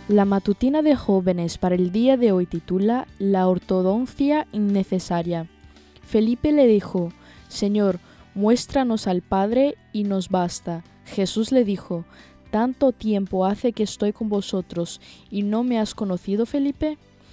La matutina de jóvenes para el día de hoy titula La ortodoncia innecesaria. Felipe le dijo: Señor, muéstranos al Padre y nos basta. Jesús le dijo: ¿Tanto tiempo hace que estoy con vosotros y no me has conocido, Felipe?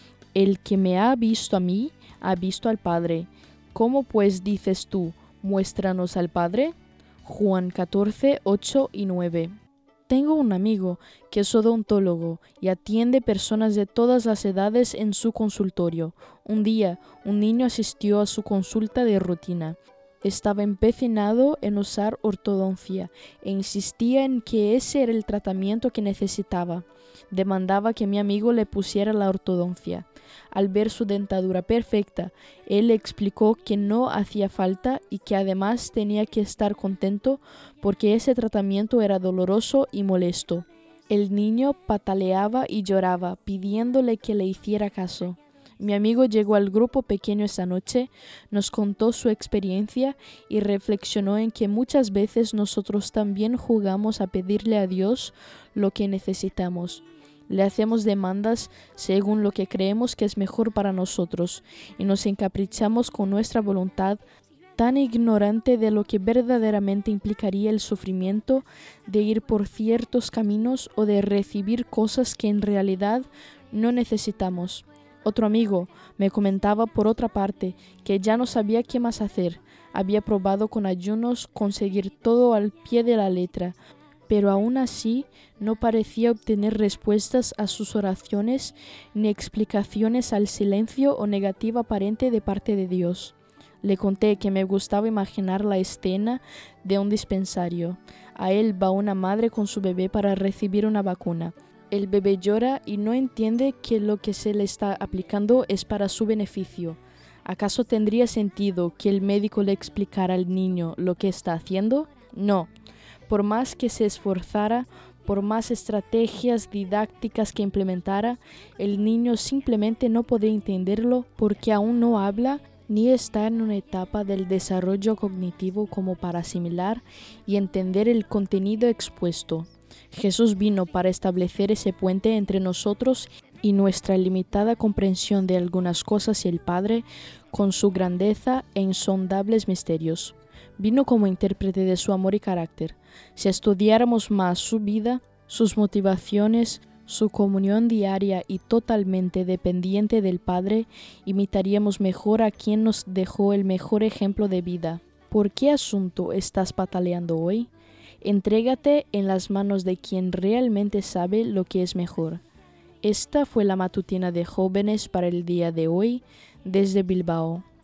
El que me ha visto a mí, ha visto al Padre. ¿Cómo pues dices tú, muéstranos al Padre? Juan 14, 8 y 9. Tengo un amigo que es odontólogo y atiende personas de todas las edades en su consultorio. Un día, un niño asistió a su consulta de rutina. Estaba empecinado en usar ortodoncia e insistía en que ese era el tratamiento que necesitaba. Demandaba que mi amigo le pusiera la ortodoncia. Al ver su dentadura perfecta, él le explicó que no hacía falta y que además tenía que estar contento porque ese tratamiento era doloroso y molesto. El niño pataleaba y lloraba, pidiéndole que le hiciera caso. Mi amigo llegó al grupo pequeño esa noche, nos contó su experiencia y reflexionó en que muchas veces nosotros también jugamos a pedirle a Dios lo que necesitamos. Le hacemos demandas según lo que creemos que es mejor para nosotros y nos encaprichamos con nuestra voluntad, tan ignorante de lo que verdaderamente implicaría el sufrimiento de ir por ciertos caminos o de recibir cosas que en realidad no necesitamos. Otro amigo me comentaba por otra parte que ya no sabía qué más hacer. Había probado con ayunos conseguir todo al pie de la letra, pero aún así no parecía obtener respuestas a sus oraciones ni explicaciones al silencio o negativa aparente de parte de Dios. Le conté que me gustaba imaginar la escena de un dispensario. A él va una madre con su bebé para recibir una vacuna. El bebé llora y no entiende que lo que se le está aplicando es para su beneficio. ¿Acaso tendría sentido que el médico le explicara al niño lo que está haciendo? No. Por más que se esforzara, por más estrategias didácticas que implementara, el niño simplemente no podía entenderlo porque aún no habla ni está en una etapa del desarrollo cognitivo como para asimilar y entender el contenido expuesto. Jesús vino para establecer ese puente entre nosotros y nuestra limitada comprensión de algunas cosas y el Padre, con su grandeza e insondables misterios. Vino como intérprete de su amor y carácter. Si estudiáramos más su vida, sus motivaciones, su comunión diaria y totalmente dependiente del Padre, imitaríamos mejor a quien nos dejó el mejor ejemplo de vida. ¿Por qué asunto estás pataleando hoy? Entrégate en las manos de quien realmente sabe lo que es mejor. Esta fue la matutina de jóvenes para el día de hoy desde Bilbao.